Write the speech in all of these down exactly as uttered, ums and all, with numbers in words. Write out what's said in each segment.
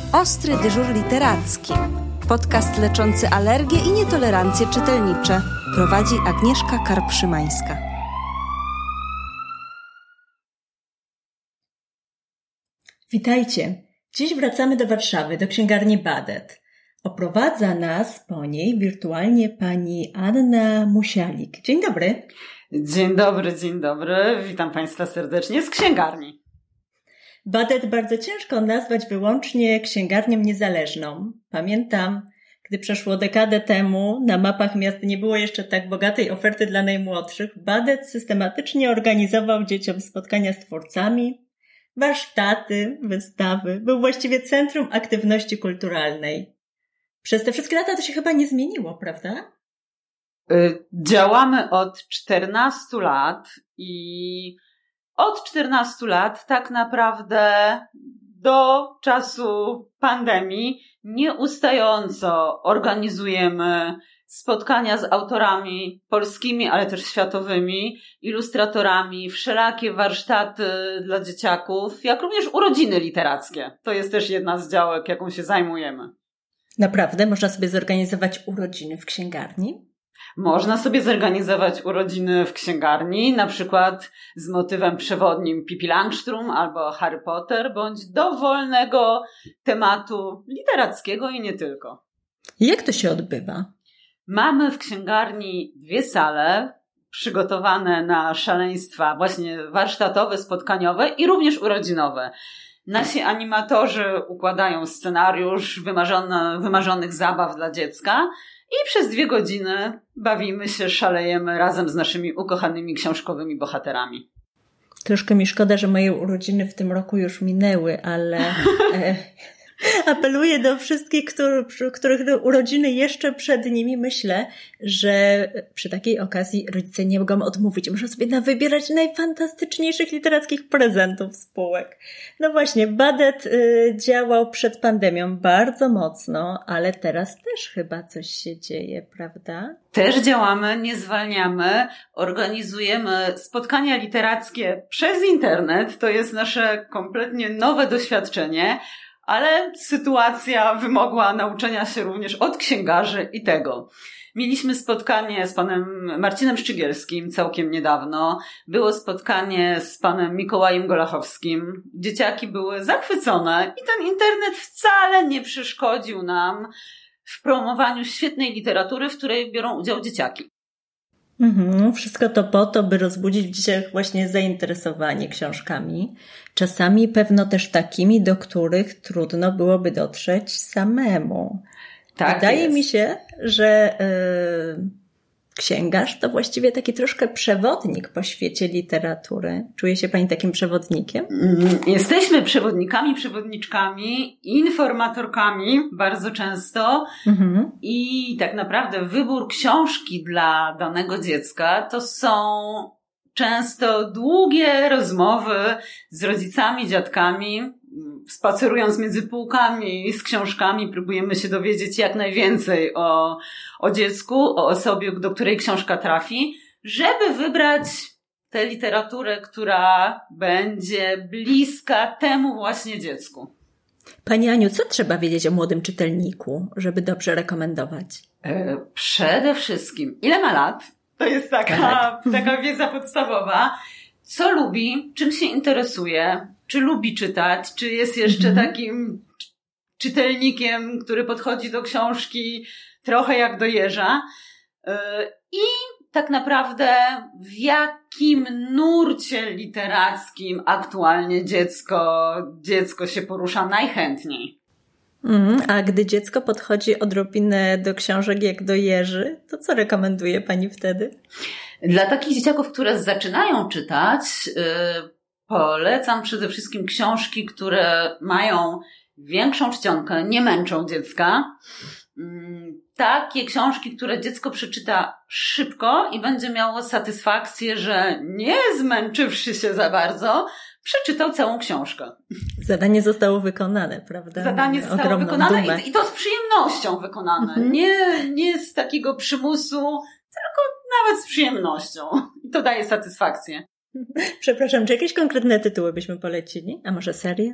Ostry dyżur literacki. Podcast leczący alergie i nietolerancje czytelnicze. Prowadzi Agnieszka Karp-Szymańska. Witajcie. Dziś wracamy do Warszawy, do księgarni Badet. Oprowadza nas po niej wirtualnie pani Anna Musialik. Dzień dobry. Dzień dobry, dzień dobry. Witam Państwa serdecznie z księgarni. Badet bardzo ciężko nazwać wyłącznie księgarnią niezależną. Pamiętam, gdy przeszło dekadę temu, na mapach miast nie było jeszcze tak bogatej oferty dla najmłodszych, Badet systematycznie organizował dzieciom spotkania z twórcami, warsztaty, wystawy. Był właściwie centrum aktywności kulturalnej. Przez te wszystkie lata to się chyba nie zmieniło, prawda? Działamy od czternastu lat i od czternastu lat tak naprawdę do czasu pandemii nieustająco organizujemy spotkania z autorami polskimi, ale też światowymi, ilustratorami, wszelakie warsztaty dla dzieciaków, jak również urodziny literackie. To jest też jedna z działek, jaką się zajmujemy. Naprawdę? Można sobie zorganizować urodziny w księgarni? Można sobie zorganizować urodziny w księgarni, na przykład z motywem przewodnim Pippi Langström albo Harry Potter, bądź dowolnego tematu literackiego i nie tylko. Jak to się odbywa? Mamy w księgarni dwie sale przygotowane na szaleństwa właśnie warsztatowe, spotkaniowe i również urodzinowe. Nasi animatorzy układają scenariusz wymarzone, wymarzonych zabaw dla dziecka i przez dwie godziny bawimy się, szalejemy razem z naszymi ukochanymi książkowymi bohaterami. Troszkę mi szkoda, że moje urodziny w tym roku już minęły, ale e, apeluję do wszystkich, który, których urodziny jeszcze przed nimi. Myślę, że przy takiej okazji rodzice nie mogą odmówić. Muszą sobie nawybierać najfantastyczniejszych literackich prezentów spółek. No właśnie, Badet y, działał przed pandemią bardzo mocno, ale teraz też chyba coś się dzieje, prawda? Też działamy, nie zwalniamy, organizujemy spotkania literackie przez internet. To jest nasze kompletnie nowe doświadczenie. Ale sytuacja wymogła nauczenia się również od księgarzy i tego. Mieliśmy spotkanie z panem Marcinem Szczygielskim całkiem niedawno. Było spotkanie z panem Mikołajem Golachowskim. Dzieciaki były zachwycone i ten internet wcale nie przeszkodził nam w promowaniu świetnej literatury, w której biorą udział dzieciaki. Mhm, wszystko to po to, by rozbudzić w dzieciach właśnie zainteresowanie książkami. Czasami pewno też takimi, do których trudno byłoby dotrzeć samemu. Tak Wydaje jest. mi się, że yy, księgarz to właściwie taki troszkę przewodnik po świecie literatury. Czuje się pani takim przewodnikiem? Jesteśmy przewodnikami, przewodniczkami, informatorkami bardzo często mhm. I tak naprawdę wybór książki dla danego dziecka to są często długie rozmowy z rodzicami, dziadkami. Spacerując między półkami z książkami, próbujemy się dowiedzieć jak najwięcej o, o dziecku, o osobie, do której książka trafi, żeby wybrać tę literaturę, która będzie bliska temu właśnie dziecku. Pani Aniu, co trzeba wiedzieć o młodym czytelniku, żeby dobrze rekomendować? E, przede wszystkim, ile ma lat? To jest taka, tak. taka wiedza podstawowa. Co lubi, czym się interesuje, czy lubi czytać, czy jest jeszcze mhm. takim czytelnikiem, który podchodzi do książki trochę jak do jeża. I tak naprawdę w jakim nurcie literackim aktualnie dziecko, dziecko się porusza najchętniej. Mm, a gdy dziecko podchodzi odrobinę do książek jak do jeży, to co rekomenduje pani wtedy? Dla takich dzieciaków, które zaczynają czytać, yy, polecam przede wszystkim książki, które mają większą czcionkę, nie męczą dziecka. Yy, takie książki, które dziecko przeczyta szybko i będzie miało satysfakcję, że nie zmęczywszy się za bardzo, przeczytał całą książkę. Zadanie zostało wykonane, prawda? Zadanie zostało Ogromną wykonane dumę. i, i to z przyjemnością wykonane. Mhm. Nie, nie z takiego przymusu, tylko nawet z przyjemnością. I to daje satysfakcję. Przepraszam, czy jakieś konkretne tytuły byśmy polecili? A może serię?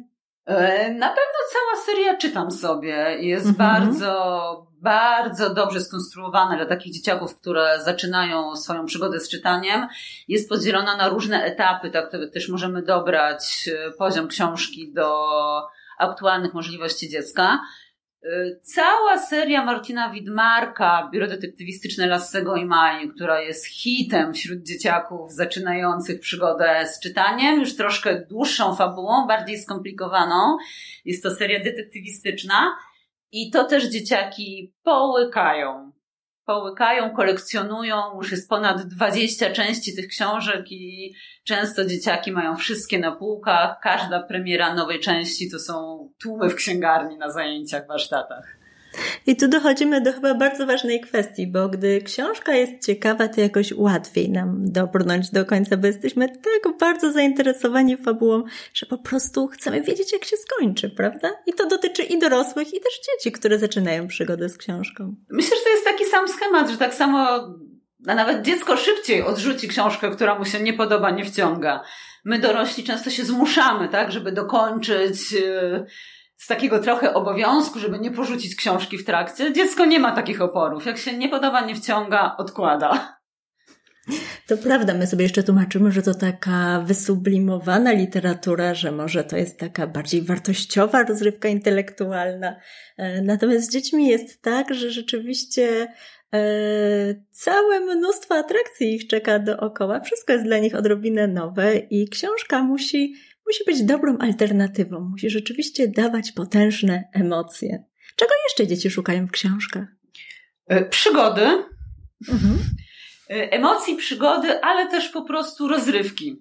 Na pewno cała seria Czytam sobie jest mhm. bardzo, bardzo dobrze skonstruowana dla takich dzieciaków, które zaczynają swoją przygodę z czytaniem. Jest podzielona na różne etapy, tak to też możemy dobrać poziom książki do aktualnych możliwości dziecka. Cała seria Martina Widmarka, Biuro Detektywistyczne Lassego i Mai, która jest hitem wśród dzieciaków zaczynających przygodę z czytaniem, już troszkę dłuższą fabułą, bardziej skomplikowaną. Jest to seria detektywistyczna i to też dzieciaki połykają. Połykają, kolekcjonują, już jest ponad dwadzieścia części tych książek i często dzieciaki mają wszystkie na półkach. Każda premiera nowej części to są tłumy w księgarni na zajęciach, warsztatach. I tu dochodzimy do chyba bardzo ważnej kwestii, bo gdy książka jest ciekawa, to jakoś łatwiej nam dobrnąć do końca, bo jesteśmy tak bardzo zainteresowani fabułą, że po prostu chcemy wiedzieć, jak się skończy, prawda? I to dotyczy i dorosłych, i też dzieci, które zaczynają przygodę z książką. Myślę, że to jest taki sam schemat, że tak samo a nawet dziecko szybciej odrzuci książkę, która mu się nie podoba, nie wciąga. My dorośli często się zmuszamy, tak, żeby dokończyć yy, z takiego trochę obowiązku, żeby nie porzucić książki w trakcie. Dziecko nie ma takich oporów. Jak się nie podoba, nie wciąga, odkłada. To prawda, my sobie jeszcze tłumaczymy, że to taka wysublimowana literatura, że może to jest taka bardziej wartościowa rozrywka intelektualna. Natomiast z dziećmi jest tak, że rzeczywiście e, całe mnóstwo atrakcji ich czeka dookoła. Wszystko jest dla nich odrobinę nowe i książka musi Musi być dobrą alternatywą. Musi rzeczywiście dawać potężne emocje. Czego jeszcze dzieci szukają w książkach? Przygody. Mhm. Emocji, przygody, ale też po prostu rozrywki.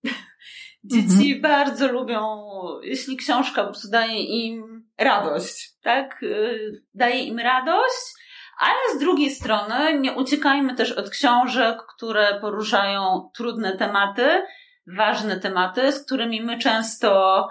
Dzieci mhm. bardzo lubią, jeśli książka po prostu daje im radość, tak? Daje im radość, ale z drugiej strony nie uciekajmy też od książek, które poruszają trudne tematy, ważne tematy, z którymi my często,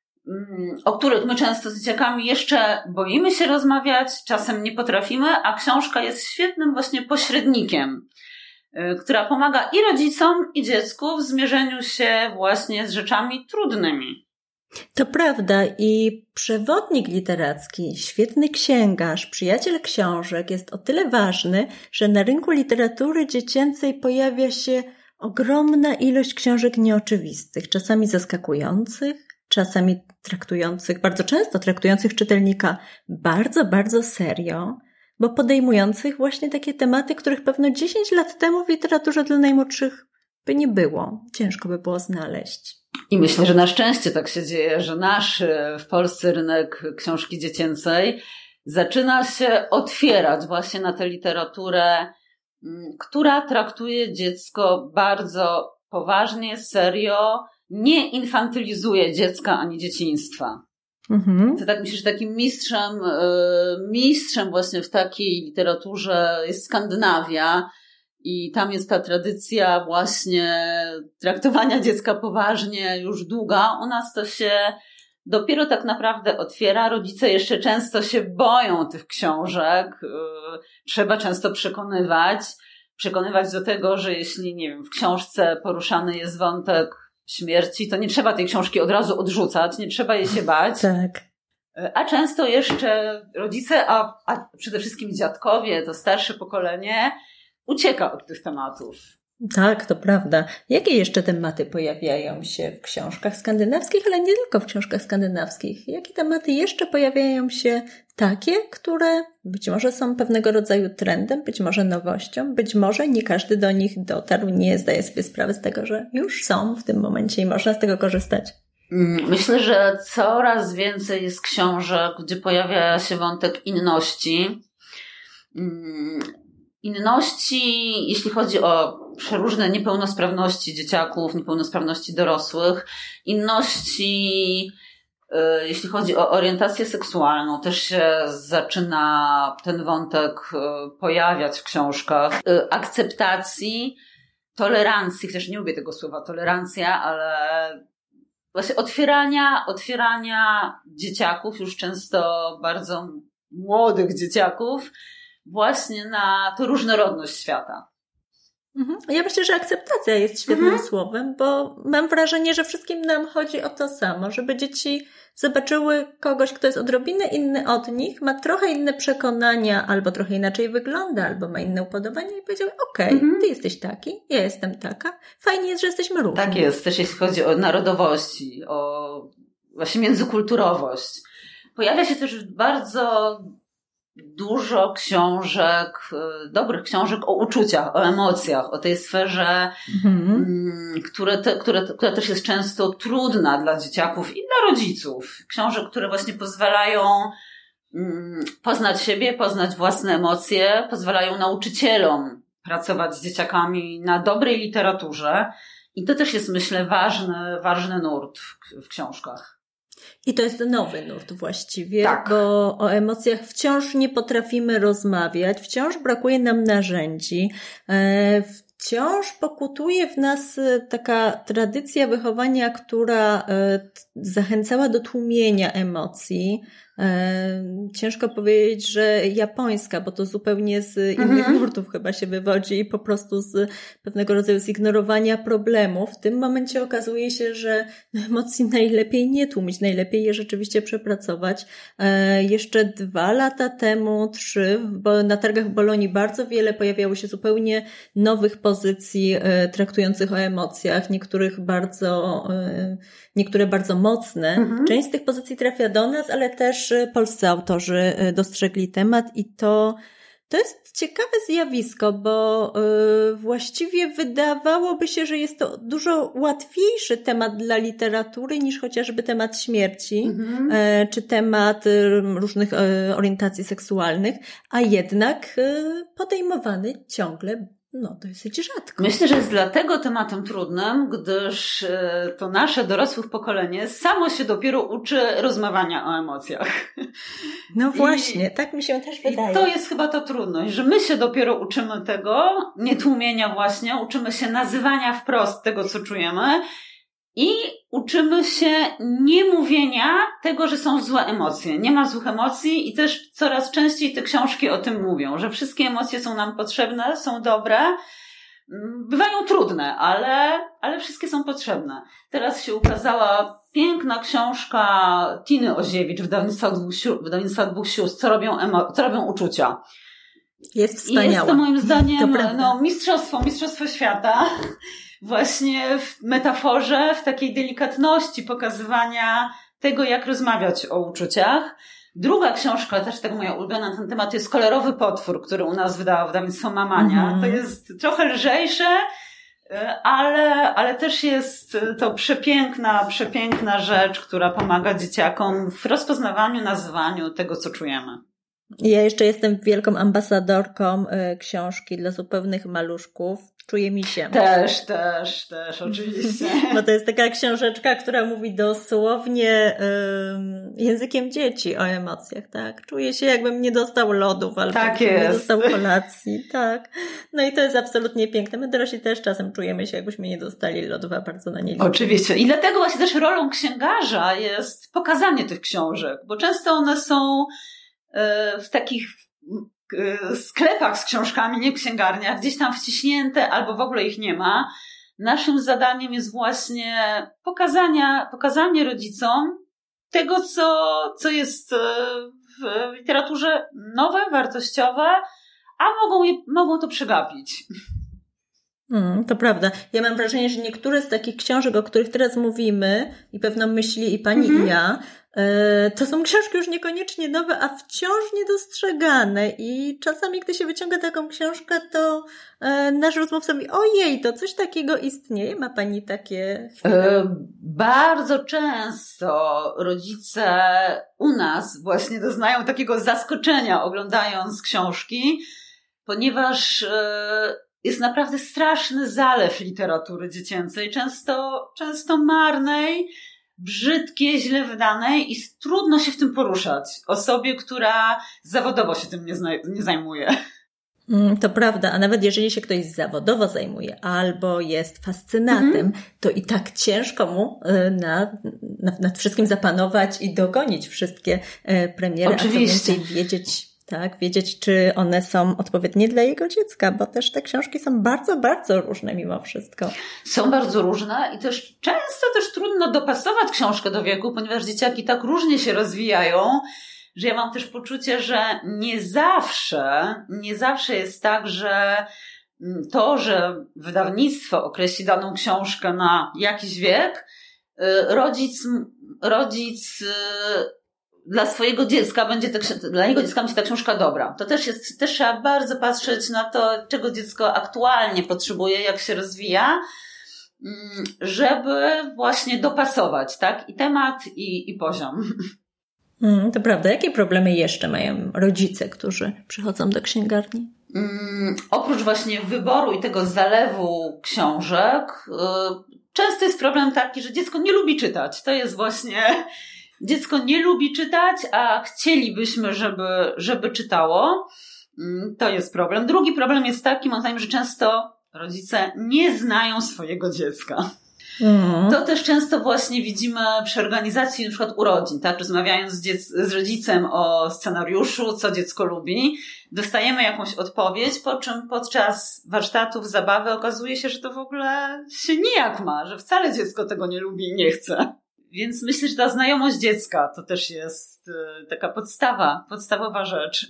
o których my często z dzieciakami jeszcze boimy się rozmawiać, czasem nie potrafimy, a książka jest świetnym właśnie pośrednikiem, która pomaga i rodzicom, i dziecku w zmierzeniu się właśnie z rzeczami trudnymi. To prawda i przewodnik literacki, świetny księgarz, przyjaciel książek jest o tyle ważny, że na rynku literatury dziecięcej pojawia się ogromna ilość książek nieoczywistych, czasami zaskakujących, czasami traktujących, bardzo często traktujących czytelnika bardzo, bardzo serio, bo podejmujących właśnie takie tematy, których pewno dziesięć lat temu w literaturze dla najmłodszych by nie było. Ciężko by było znaleźć. I myślę, że na szczęście tak się dzieje, że nasz w Polsce rynek książki dziecięcej zaczyna się otwierać właśnie na tę literaturę, która traktuje dziecko bardzo poważnie, serio, nie infantylizuje dziecka ani dzieciństwa. Mhm. To tak myślę, że takim mistrzem, mistrzem właśnie w takiej literaturze jest Skandynawia i tam jest ta tradycja właśnie traktowania dziecka poważnie już długa. U nas to się dopiero tak naprawdę otwiera. Rodzice jeszcze często się boją tych książek. Trzeba często przekonywać. Przekonywać do tego, że jeśli, nie wiem, w książce poruszany jest wątek śmierci, to nie trzeba tej książki od razu odrzucać, nie trzeba jej się bać. Tak. A często jeszcze rodzice, a, a przede wszystkim dziadkowie, to starsze pokolenie, ucieka od tych tematów. Tak, to prawda. Jakie jeszcze tematy pojawiają się w książkach skandynawskich, ale nie tylko w książkach skandynawskich? Jakie tematy jeszcze pojawiają się takie, które być może są pewnego rodzaju trendem, być może nowością, być może nie każdy do nich dotarł, nie zdaje sobie sprawy z tego, że już są w tym momencie i można z tego korzystać? Myślę, że coraz więcej jest książek, gdzie pojawia się wątek inności. Inności, jeśli chodzi o przeróżne niepełnosprawności dzieciaków, niepełnosprawności dorosłych, inności, y, jeśli chodzi o orientację seksualną, też się zaczyna ten wątek y, pojawiać w książkach, y, akceptacji, tolerancji, chociaż nie lubię tego słowa tolerancja, ale właśnie otwierania, otwierania dzieciaków, już często bardzo młodych dzieciaków, właśnie na tę różnorodność świata. Mhm. Ja myślę, że akceptacja jest świetnym mhm. słowem, bo mam wrażenie, że wszystkim nam chodzi o to samo, żeby dzieci zobaczyły kogoś, kto jest odrobinę inny od nich, ma trochę inne przekonania, albo trochę inaczej wygląda, albo ma inne upodobania i powiedziały, okej, okay, mhm. ty jesteś taki, ja jestem taka, fajnie jest, że jesteśmy różni. Tak jest, też jeśli chodzi o narodowości, o właśnie międzykulturowość. Pojawia się też bardzo dużo książek, dobrych książek o uczuciach, o emocjach, o tej sferze, mm. które, te, które, która też jest często trudna dla dzieciaków i dla rodziców. Książek, które właśnie pozwalają mm, poznać siebie, poznać własne emocje, pozwalają nauczycielom pracować z dzieciakami na dobrej literaturze. I to też jest, myślę, ważny, ważny nurt w, w książkach. I to jest nowy nurt właściwie, tak. bo o emocjach wciąż nie potrafimy rozmawiać, wciąż brakuje nam narzędzi, wciąż pokutuje w nas taka tradycja wychowania, która zachęcała do tłumienia emocji. Ciężko powiedzieć, że japońska, bo to zupełnie z innych mhm. nurtów chyba się wywodzi i po prostu z pewnego rodzaju zignorowania problemów. W tym momencie okazuje się, że emocji najlepiej nie tłumić, najlepiej je rzeczywiście przepracować. Jeszcze dwa lata temu, trzy, bo na targach w Bolonii bardzo wiele pojawiało się zupełnie nowych pozycji traktujących o emocjach, niektórych bardzo, niektóre bardzo mocne. Mhm. Część z tych pozycji trafia do nas, ale też polscy autorzy dostrzegli temat i to, to jest ciekawe zjawisko, bo yy, właściwie wydawałoby się, że jest to dużo łatwiejszy temat dla literatury niż chociażby temat śmierci, mm-hmm. yy, czy temat yy, różnych yy, orientacji seksualnych, a jednak yy, podejmowany ciągle no dosyć rzadko. Myślę, że jest dlatego tematem trudnym, gdyż to nasze dorosłe pokolenie samo się dopiero uczy rozmawiania o emocjach. No właśnie, I, tak mi się też wydaje. I to jest chyba ta trudność, że my się dopiero uczymy tego, nie tłumienia właśnie, uczymy się nazywania wprost tego, co czujemy i uczymy się nie mówienia tego, że są złe emocje. Nie ma złych emocji i też coraz częściej te książki o tym mówią, że wszystkie emocje są nam potrzebne, są dobre, bywają trudne, ale, ale wszystkie są potrzebne. Teraz się ukazała piękna książka Tiny Oziewicz, wydawnictwa dwóch, wydawnictwa dwóch sióstr, co robią, emo- co robią uczucia. Jest wspaniała. I jest to moim zdaniem no, mistrzostwo, mistrzostwo świata. Właśnie w metaforze, w takiej delikatności pokazywania tego, jak rozmawiać o uczuciach. Druga książka, też tego moja ulubiona na ten temat, jest Kolorowy potwór, który u nas wydało wydawnictwo Mamania. Mm. To jest trochę lżejsze, ale, ale też jest to przepiękna, przepiękna rzecz, która pomaga dzieciakom w rozpoznawaniu, nazywaniu tego, co czujemy. Ja jeszcze jestem wielką ambasadorką książki dla zupełnych maluszków. Czuję mi się. Też, też, też, oczywiście. Bo to jest taka książeczka, która mówi dosłownie um, językiem dzieci o emocjach, tak? Czuję się, jakbym nie dostał lodów albo tak nie dostał kolacji, tak? No i to jest absolutnie piękne. My dorośli też czasem czujemy się, jakbyśmy nie dostali lodów, a bardzo na nie liczymy. Oczywiście. I dlatego właśnie też rolą księgarza jest pokazanie tych książek, bo często one są y, w takich sklepach z książkami, nie w księgarniach, gdzieś tam wciśnięte albo w ogóle ich nie ma. Naszym zadaniem jest właśnie pokazania, pokazanie rodzicom tego, co, co jest w literaturze nowe, wartościowe, a mogą, je, mogą to przegapić. Hmm, to prawda. Ja mam wrażenie, że niektóre z takich książek, o których teraz mówimy, i pewno myśli i pani mhm. i ja, to są książki już niekoniecznie nowe, a wciąż niedostrzegane i czasami, gdy się wyciąga taką książkę, to nasz rozmówca mówi, ojej, to coś takiego istnieje, ma pani takie chwile? E, bardzo często rodzice u nas właśnie doznają takiego zaskoczenia oglądając książki, ponieważ e, jest naprawdę straszny zalew literatury dziecięcej, często, często marnej, brzydkie, źle wydanej i trudno się w tym poruszać osobie, która zawodowo się tym nie, zna- nie zajmuje. Mm, to prawda, a nawet jeżeli się ktoś zawodowo zajmuje albo jest fascynatem, mm-hmm. to i tak ciężko mu nad, nad, nad wszystkim zapanować i dogonić wszystkie premiery, oczywiście. a co więcej wiedzieć Tak, wiedzieć, czy one są odpowiednie dla jego dziecka, bo też te książki są bardzo, bardzo różne mimo wszystko. Są bardzo różne i też często też trudno dopasować książkę do wieku, ponieważ dzieciaki tak różnie się rozwijają, że ja mam też poczucie, że nie zawsze, nie zawsze jest tak, że to, że wydawnictwo określi daną książkę na jakiś wiek, rodzic, rodzic dla swojego dziecka będzie ta, dla jego dziecka będzie ta książka dobra. To też jest, też trzeba bardzo patrzeć na to, czego dziecko aktualnie potrzebuje, jak się rozwija, żeby właśnie dopasować, tak? I temat, i, i poziom. Mm, to prawda. Jakie problemy jeszcze mają rodzice, którzy przychodzą do księgarni? Mm, oprócz właśnie wyboru i tego zalewu książek, y, często jest problem taki, że dziecko nie lubi czytać. To jest właśnie... Dziecko nie lubi czytać, a chcielibyśmy, żeby, żeby czytało. To jest problem. Drugi problem jest taki, moim zdaniem, że często rodzice nie znają swojego dziecka. Mm. To też często właśnie widzimy przy organizacji na przykład urodzin, tak? Rozmawiając z, dziec- z rodzicem o scenariuszu, co dziecko lubi, dostajemy jakąś odpowiedź, po czym podczas warsztatów, zabawy okazuje się, że to w ogóle się nijak ma, że wcale dziecko tego nie lubi i nie chce. Więc myślę, że ta znajomość dziecka to też jest y, taka podstawa, podstawowa rzecz.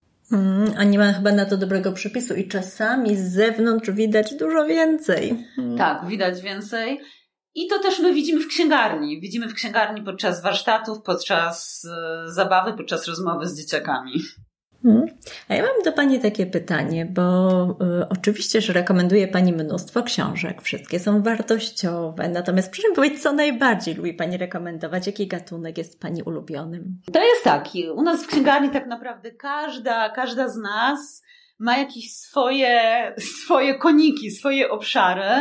Mm, a nie ma chyba na to dobrego przepisu i czasami z zewnątrz widać dużo więcej. Mm. Tak, widać więcej. I to też my widzimy w księgarni. Widzimy w księgarni podczas warsztatów, podczas y, zabawy, podczas rozmowy z dzieciakami. Hmm. A ja mam do Pani takie pytanie, bo y, oczywiście, że rekomenduje Pani mnóstwo książek, wszystkie są wartościowe, natomiast proszę mi powiedzieć, co najbardziej lubi Pani rekomendować, jaki gatunek jest Pani ulubionym? To jest tak, u nas w księgarni tak naprawdę każda, każda z nas ma jakieś swoje, swoje koniki, swoje obszary.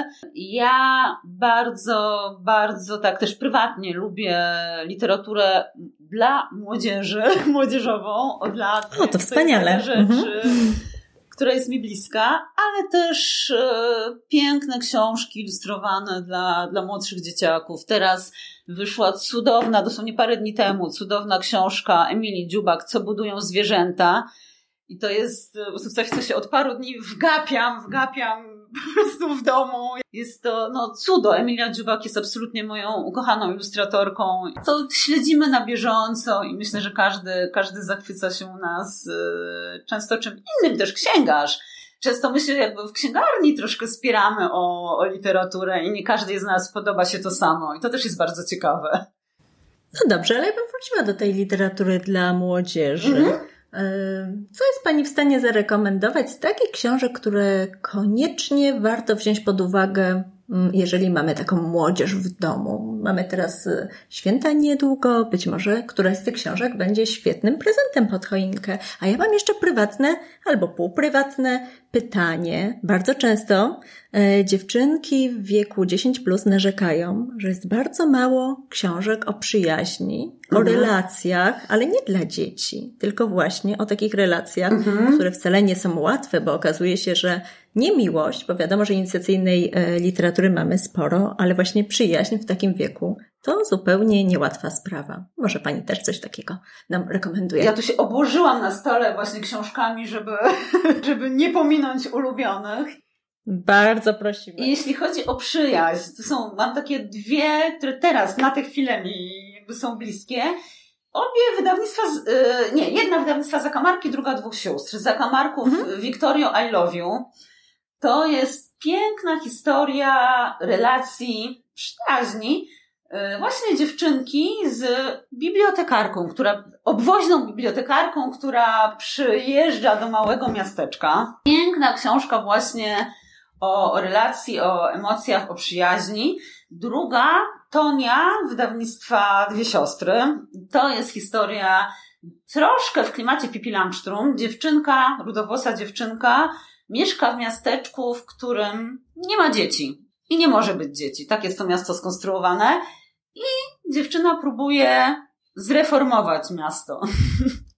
Ja bardzo, bardzo tak też prywatnie lubię literaturę dla młodzieży, młodzieżową od lat. O, to wspaniale. Rzeczy, mhm. która jest mi bliska, ale też e, piękne książki ilustrowane dla, dla młodszych dzieciaków. Teraz wyszła cudowna, dosłownie parę dni temu, cudowna książka Emilii Dziubak, Co budują zwierzęta. I to jest po prostu coś, co się od paru dni wgapiam, wgapiam po prostu w domu. Jest to no cudo. Emilia Dziubak jest absolutnie moją ukochaną ilustratorką. To śledzimy na bieżąco i myślę, że każdy, każdy zachwyca się u nas yy, często czym innym, też księgarz. Często myślę, że jakby w księgarni troszkę spieramy o, o literaturę i nie każdej z nas podoba się to samo. I to też jest bardzo ciekawe. No dobrze, ale ja bym wróciła do tej literatury dla młodzieży. Mhm. Co jest Pani w stanie zarekomendować z takich książek, które koniecznie warto wziąć pod uwagę, jeżeli mamy taką młodzież w domu? Mamy teraz święta niedługo, być może któraś z tych książek będzie świetnym prezentem pod choinkę. A ja mam jeszcze prywatne albo półprywatne pytanie. Bardzo często e, dziewczynki w wieku dziesięć plus narzekają, że jest bardzo mało książek o przyjaźni, o mhm. relacjach, ale nie dla dzieci, tylko właśnie o takich relacjach, mhm. które wcale nie są łatwe, bo okazuje się, że nie miłość, bo wiadomo, że inicjacyjnej e, literatury mamy sporo, ale właśnie przyjaźń w takim wieku to zupełnie niełatwa sprawa. Może Pani też coś takiego nam rekomenduje? Ja tu się obłożyłam na stole właśnie książkami, żeby, żeby nie pominąć ulubionych. Bardzo prosimy. I jeśli chodzi o przyjaźń, to są, mam takie dwie, które teraz na tę chwilę mi jakby są bliskie. Obie wydawnictwa, z, yy, nie, jedna wydawnictwa Zakamarki, druga Dwóch Sióstr. Z Zakamarków mhm. Victorio, I Love You. To jest piękna historia relacji, przyjaźni, właśnie dziewczynki z bibliotekarką, która, obwoźną bibliotekarką, która przyjeżdża do małego miasteczka. Piękna książka właśnie o, o relacji, o emocjach, o przyjaźni. Druga, Tonia, wydawnictwa Dwie Siostry. To jest historia troszkę w klimacie Pippi Langström. Dziewczynka, rudowłosa dziewczynka, mieszka w miasteczku, w którym nie ma dzieci. I nie może być dzieci. Tak jest to miasto skonstruowane. I dziewczyna próbuje zreformować miasto.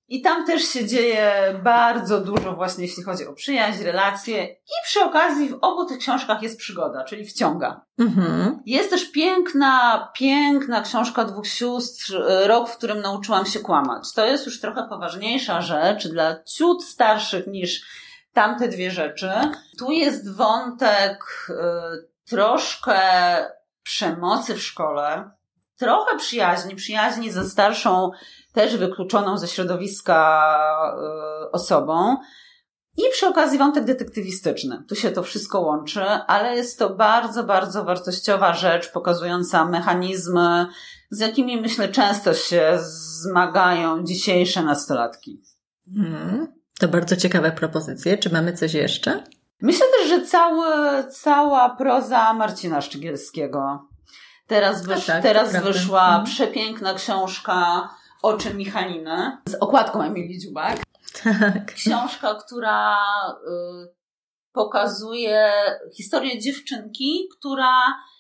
I tam też się dzieje bardzo dużo właśnie, jeśli chodzi o przyjaźń, relacje. I przy okazji w obu tych książkach jest przygoda, czyli wciąga. Mhm. Jest też piękna, piękna książka dwóch sióstr, Rok, w którym nauczyłam się kłamać. To jest już trochę poważniejsza rzecz dla ciut starszych niż tamte dwie rzeczy. Tu jest wątek y, troszkę przemocy w szkole, trochę przyjaźni, przyjaźni ze starszą, też wykluczoną ze środowiska y, osobą. I przy okazji wątek detektywistyczny. Tu się to wszystko łączy, ale jest to bardzo, bardzo wartościowa rzecz, pokazująca mechanizmy, z jakimi myślę często się zmagają dzisiejsze nastolatki. Hmm, to bardzo ciekawe propozycje. Czy mamy coś jeszcze? Myślę też, że cały, cała proza Marcina Szczygielskiego. Teraz, wysz, tak, teraz wyszła hmm. przepiękna książka Oczy Michaliny z okładką Emilii Dziubak. Tak. Książka, która y, pokazuje historię dziewczynki, która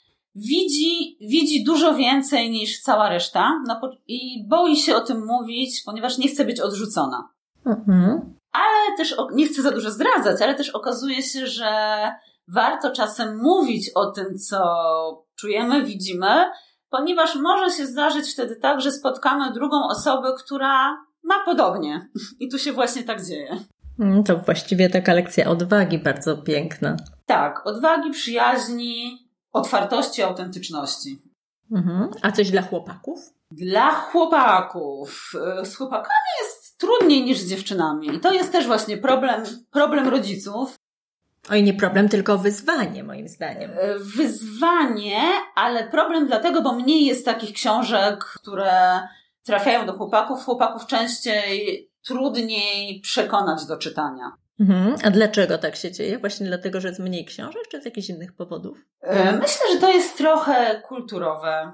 widzi, widzi dużo więcej niż cała reszta no, i boi się o tym mówić, ponieważ nie chce być odrzucona. Mhm. Ale też, nie chcę za dużo zdradzać, ale też okazuje się, że warto czasem mówić o tym, co czujemy, widzimy, ponieważ może się zdarzyć wtedy tak, że spotkamy drugą osobę, która ma podobnie. I tu się właśnie tak dzieje. To właściwie taka lekcja odwagi bardzo piękna. Tak, odwagi, przyjaźni, otwartości, autentyczności. Mhm. A coś dla chłopaków? Dla chłopaków. Z chłopakami jest trudniej niż z dziewczynami. I to jest też właśnie problem, problem rodziców. Oj, nie problem, tylko wyzwanie moim zdaniem. Wyzwanie, ale problem dlatego, bo mniej jest takich książek, które trafiają do chłopaków. Chłopaków częściej trudniej przekonać do czytania. Mhm. A dlaczego tak się dzieje? Właśnie dlatego, że jest mniej książek, czy z jakichś innych powodów? Myślę, że to jest trochę kulturowe,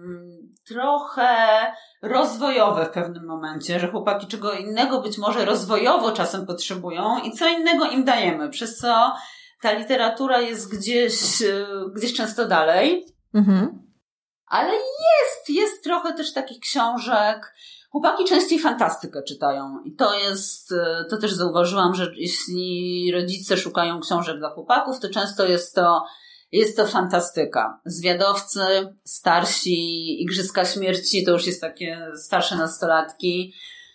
trochę rozwojowe w pewnym momencie, że chłopaki czego innego być może rozwojowo czasem potrzebują i co innego im dajemy, przez co ta literatura jest gdzieś, gdzieś często dalej. Mhm. Ale jest, jest trochę też takich książek. Chłopaki częściej fantastykę czytają i to jest, to też zauważyłam, że jeśli rodzice szukają książek dla chłopaków, to często jest to, jest to fantastyka. Zwiadowcy, starsi, Igrzyska Śmierci, to już jest takie starsze nastolatki.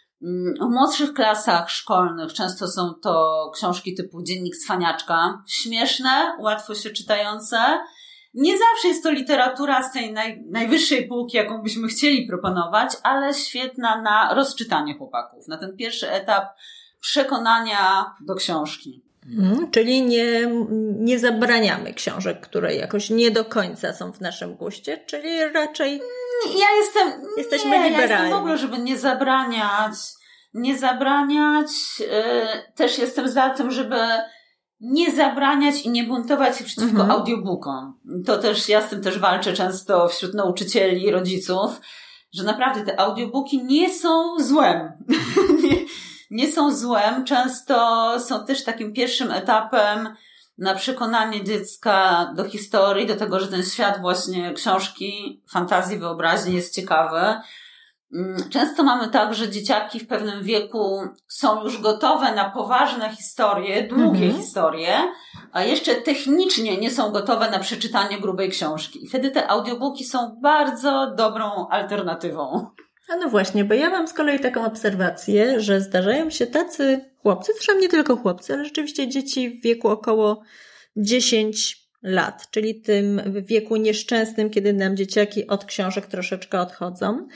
W młodszych klasach szkolnych często są to książki typu Dziennik Cwaniaczka. Śmieszne, łatwo się czytające. Nie zawsze jest to literatura z tej naj, najwyższej półki, jaką byśmy chcieli proponować, ale świetna na rozczytanie chłopaków, na ten pierwszy etap przekonania do książki. Hmm, czyli nie, nie zabraniamy książek, które jakoś nie do końca są w naszym guście, czyli raczej ja jestem, jesteśmy nie, liberalni. Ja jestem w ogóle, żeby nie zabraniać, nie zabraniać, yy, też jestem za tym, żeby nie zabraniać i nie buntować się przeciwko mhm. audiobookom. To też, ja z tym też walczę często wśród nauczycieli i rodziców, że naprawdę te audiobooki nie są złem. nie, nie są złem. Często są też takim pierwszym etapem na przekonanie dziecka do historii, do tego, że ten świat właśnie książki, fantazji, wyobraźni jest ciekawy. Często mamy tak, że dzieciaki w pewnym wieku są już gotowe na poważne historie, długie mhm. historie, a jeszcze technicznie nie są gotowe na przeczytanie grubej książki. I wtedy te audiobooki są bardzo dobrą alternatywą. A no właśnie, bo ja mam z kolei taką obserwację, że zdarzają się tacy chłopcy, zresztą nie tylko chłopcy, ale rzeczywiście dzieci w wieku około dziesięć lat, czyli tym w wieku nieszczęsnym, kiedy nam dzieciaki od książek troszeczkę odchodzą.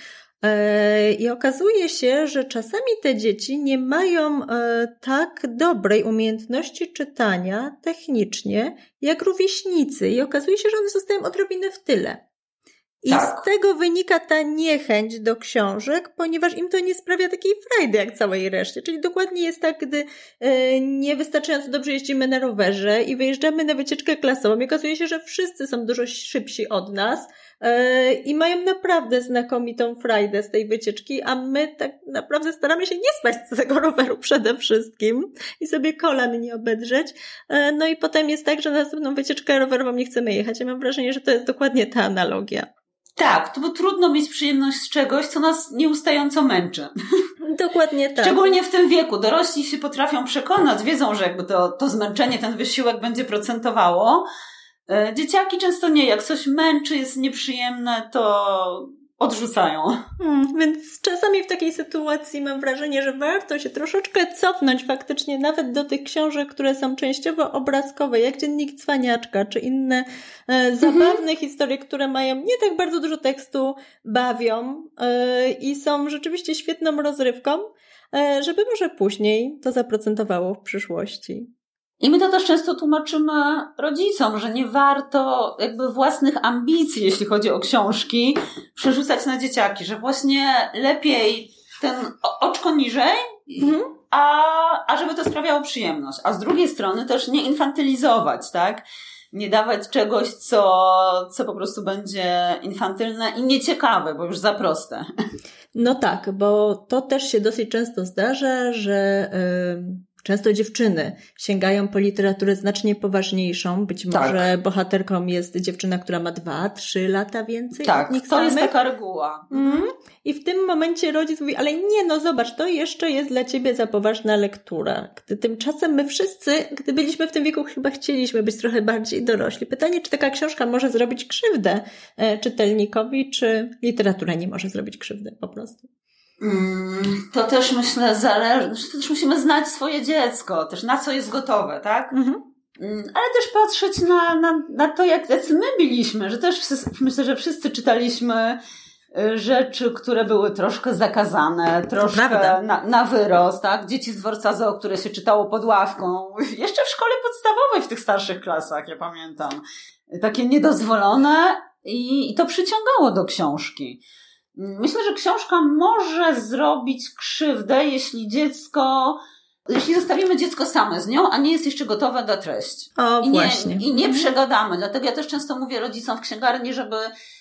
I okazuje się, że czasami te dzieci nie mają tak dobrej umiejętności czytania technicznie jak rówieśnicy i okazuje się, że one zostają odrobinę w tyle. I tak. z tego wynika ta niechęć do książek, ponieważ im to nie sprawia takiej frajdy jak całej reszcie. Czyli dokładnie jest tak, gdy e, niewystarczająco dobrze jeździmy na rowerze i wyjeżdżamy na wycieczkę klasową i okazuje się, że wszyscy są dużo szybsi od nas e, i mają naprawdę znakomitą frajdę z tej wycieczki, a my tak naprawdę staramy się nie spać z tego roweru przede wszystkim i sobie kolan nie obedrzeć. E, no i potem jest tak, że na następną wycieczkę rowerową nie chcemy jechać. Ja mam wrażenie, że to jest dokładnie ta analogia. Tak, to bo trudno mieć przyjemność z czegoś, co nas nieustająco męczy. Dokładnie tak. Szczególnie w tym wieku. Dorośli się potrafią przekonać, wiedzą, że jakby to, to zmęczenie, ten wysiłek będzie procentowało. Dzieciaki często nie. Jak coś męczy, jest nieprzyjemne, to odrzucają. Hmm, więc czasami w takiej sytuacji mam wrażenie, że warto się troszeczkę cofnąć faktycznie nawet do tych książek, które są częściowo obrazkowe, jak Dziennik Cwaniaczka, czy inne e, zabawne mhm. historie, które mają nie tak bardzo dużo tekstu, bawią e, i są rzeczywiście świetną rozrywką, e, żeby może później to zaprocentowało w przyszłości. I my to też często tłumaczymy rodzicom, że nie warto jakby własnych ambicji, jeśli chodzi o książki, przerzucać na dzieciaki, że właśnie lepiej ten oczko niżej, mhm. a, a żeby to sprawiało przyjemność. A z drugiej strony też nie infantylizować, tak? Nie dawać czegoś, co, co po prostu będzie infantylne i nieciekawe, bo już za proste. No tak, bo to też się dosyć często zdarza, że... Yy... Często dziewczyny sięgają po literaturę znacznie poważniejszą. Być może tak. bohaterką jest dziewczyna, która ma dwa, trzy lata więcej tak, od nich to samych. jest taka reguła. Mm. I w tym momencie rodzic mówi, ale nie, no zobacz, to jeszcze jest dla ciebie za poważna lektura. Gdy tymczasem my wszyscy, gdy byliśmy w tym wieku, chyba chcieliśmy być trochę bardziej dorośli. Pytanie, czy taka książka może zrobić krzywdę e, czytelnikowi, czy literatura nie może zrobić krzywdy po prostu. To też myślę zależy, to też musimy znać swoje dziecko, też na co jest gotowe, tak? Mhm. Ale też patrzeć na, na, na to, jak jacy my byliśmy, że też wszyscy, myślę, że wszyscy czytaliśmy rzeczy, które były troszkę zakazane, troszkę na, na wyrost, tak? Dzieci z dworca zoo, które się czytało pod ławką, jeszcze w szkole podstawowej w tych starszych klasach, ja pamiętam. Takie niedozwolone i, i to przyciągało do książki. Myślę, że książka może zrobić krzywdę, jeśli dziecko, jeśli zostawimy dziecko same z nią, a nie jest jeszcze gotowe na treść. O, I właśnie. Nie, I nie przegadamy. Dlatego ja też często mówię rodzicom w księgarni, żeby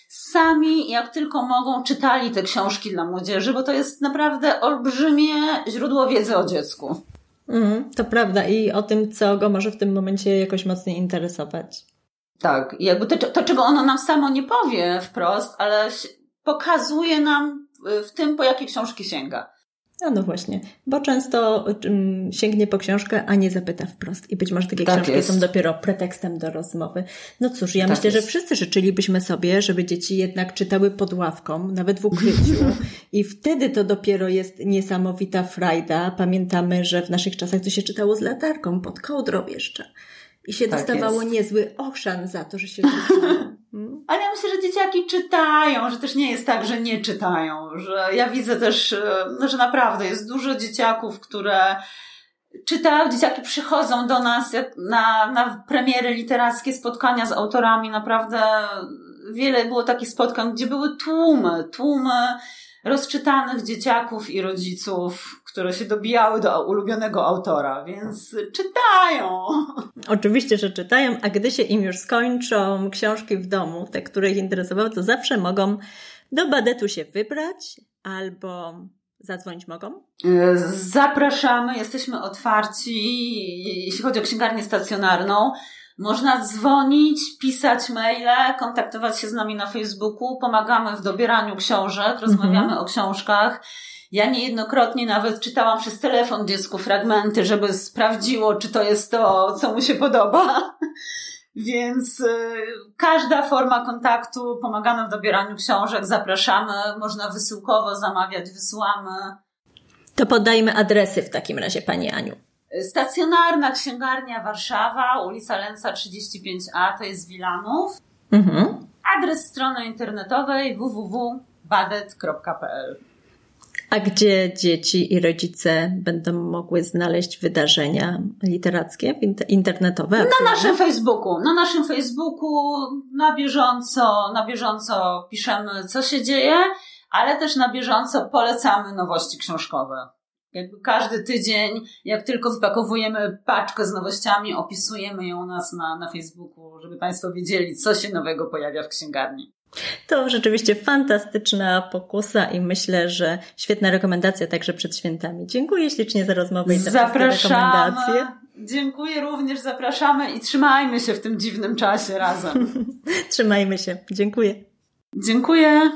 sami, jak tylko mogą, czytali te książki dla młodzieży, bo to jest naprawdę olbrzymie źródło wiedzy o dziecku. Mm, to prawda. I o tym, co go może w tym momencie jakoś mocniej interesować. Tak. I jakby to, to, czego ono nam samo nie powie wprost, ale pokazuje nam w tym, po jakie książki sięga. No, no właśnie, bo często um, sięgnie po książkę, a nie zapyta wprost. I być może takie tak książki jest. są dopiero pretekstem do rozmowy. No cóż, ja tak myślę, jest. że wszyscy życzylibyśmy sobie, żeby dzieci jednak czytały pod ławką, nawet w ukryciu. I wtedy to dopiero jest niesamowita frajda. Pamiętamy, że w naszych czasach to się czytało z latarką, pod kołdrą jeszcze. I się tak dostawało jest. niezły ochrzan za to, że się czytało. Hmm? Ale ja myślę, że dzieciaki czytają, że też nie jest tak, że nie czytają, że ja widzę też, no, że naprawdę jest dużo dzieciaków, które czytają, dzieciaki przychodzą do nas na, na premiery literackie, spotkania z autorami, naprawdę wiele było takich spotkań, gdzie były tłumy, tłumy rozczytanych dzieciaków i rodziców, które się dobijały do ulubionego autora, więc czytają. Oczywiście, że czytają, a gdy się im już skończą książki w domu, te, które ich interesowały, to zawsze mogą do Badetu się wybrać albo zadzwonić mogą? Zapraszamy, jesteśmy otwarci, jeśli chodzi o księgarnię stacjonarną. Można dzwonić, pisać maile, kontaktować się z nami na Facebooku. Pomagamy w dobieraniu książek, rozmawiamy mm-hmm. o książkach. Ja niejednokrotnie nawet czytałam przez telefon dziecku fragmenty, żeby sprawdziło, czy to jest to, co mu się podoba. Więc y, każda forma kontaktu, pomagamy w dobieraniu książek, zapraszamy. Można wysyłkowo zamawiać, wysyłamy. To podajmy adresy w takim razie, Pani Aniu. Stacjonarna księgarnia Warszawa, ulica Lęca trzydzieści pięć A, to jest Wilanów. Mhm. Adres strony internetowej w w w kropka badet kropka p l. A gdzie dzieci i rodzice będą mogły znaleźć wydarzenia literackie, internetowe? Na naszym Facebooku. Na naszym Facebooku na bieżąco, na bieżąco piszemy, co się dzieje, ale też na bieżąco polecamy nowości książkowe. Jakby każdy tydzień, jak tylko wypakowujemy paczkę z nowościami, opisujemy ją u nas na, na Facebooku, żeby Państwo wiedzieli, co się nowego pojawia w księgarni. To rzeczywiście fantastyczna pokusa i myślę, że świetna rekomendacja także przed świętami. Dziękuję ślicznie za rozmowę i za wszystkie rekomendacje. Dziękuję również, zapraszamy i trzymajmy się w tym dziwnym czasie razem. Trzymajmy się. Dziękuję. Dziękuję.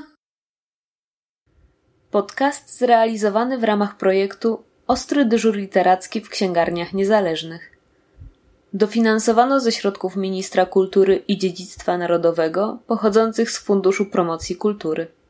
Podcast zrealizowany w ramach projektu Ostry dyżur literacki w księgarniach niezależnych. Dofinansowano ze środków Ministra Kultury i Dziedzictwa Narodowego pochodzących z Funduszu Promocji Kultury.